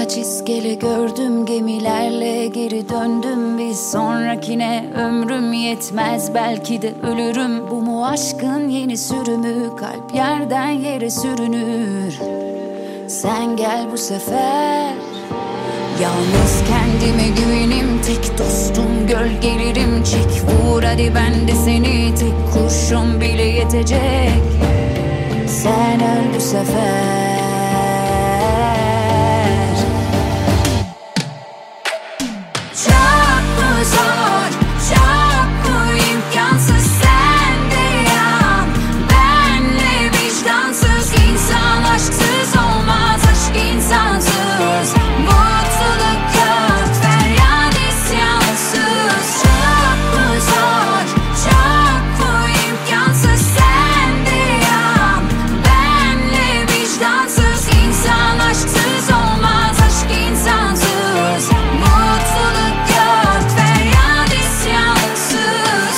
Kaç iskele gördüm, gemilerle geri döndüm. Bir sonrakine ömrüm yetmez, belki de ölürüm. Bu mu aşkın yeni sürümü? Kalp yerden yere sürünür. Sen gel bu sefer. Yalnız kendime güvenim, tek dostum gölgelerim. Çek vur hadi, ben de seni, tek kurşun bile yetecek. Sen öl bu sefer. Çok mu zor, çok mu imkansız, sen de yan. Benle vicdansız insan aşksız olmaz, aşk insansız. Mutluluk yok, feryat isyansız. Çok mu zor, çok mu imkansız, sen de yan. Benle vicdansız insan aşksız olmaz, aşk insansız. Mutluluk yok, feryat isyansız.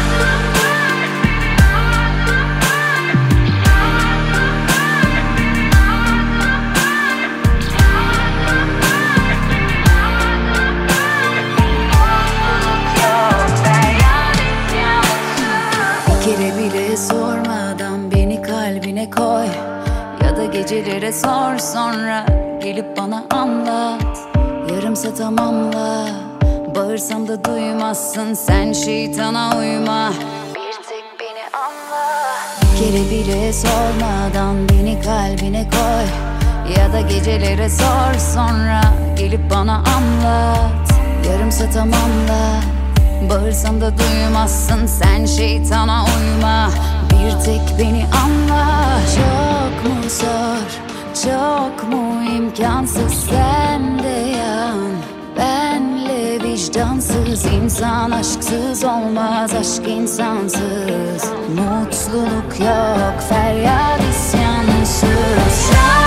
Bir kere bile sormadan beni kalbine koy. Ya da gecelere sor, sonra gelip bana anlat. Yarımsa tamamla, bağırsam da duymazsın. Sen şeytana uyma, bir tek beni anla. Bir kere bile sormadan beni kalbine koy. Ya da gecelere sor, sonra gelip bana anlat. Yarımsa tamamla, bağırsam da duymazsın. Sen şeytana uyma, bir tek beni anla. Çok mu zor, çok mu imkansız, sen de yan. Benle vicdansız insan aşksız olmaz, aşk insansız. Mutluluk yok, feryat isyansız.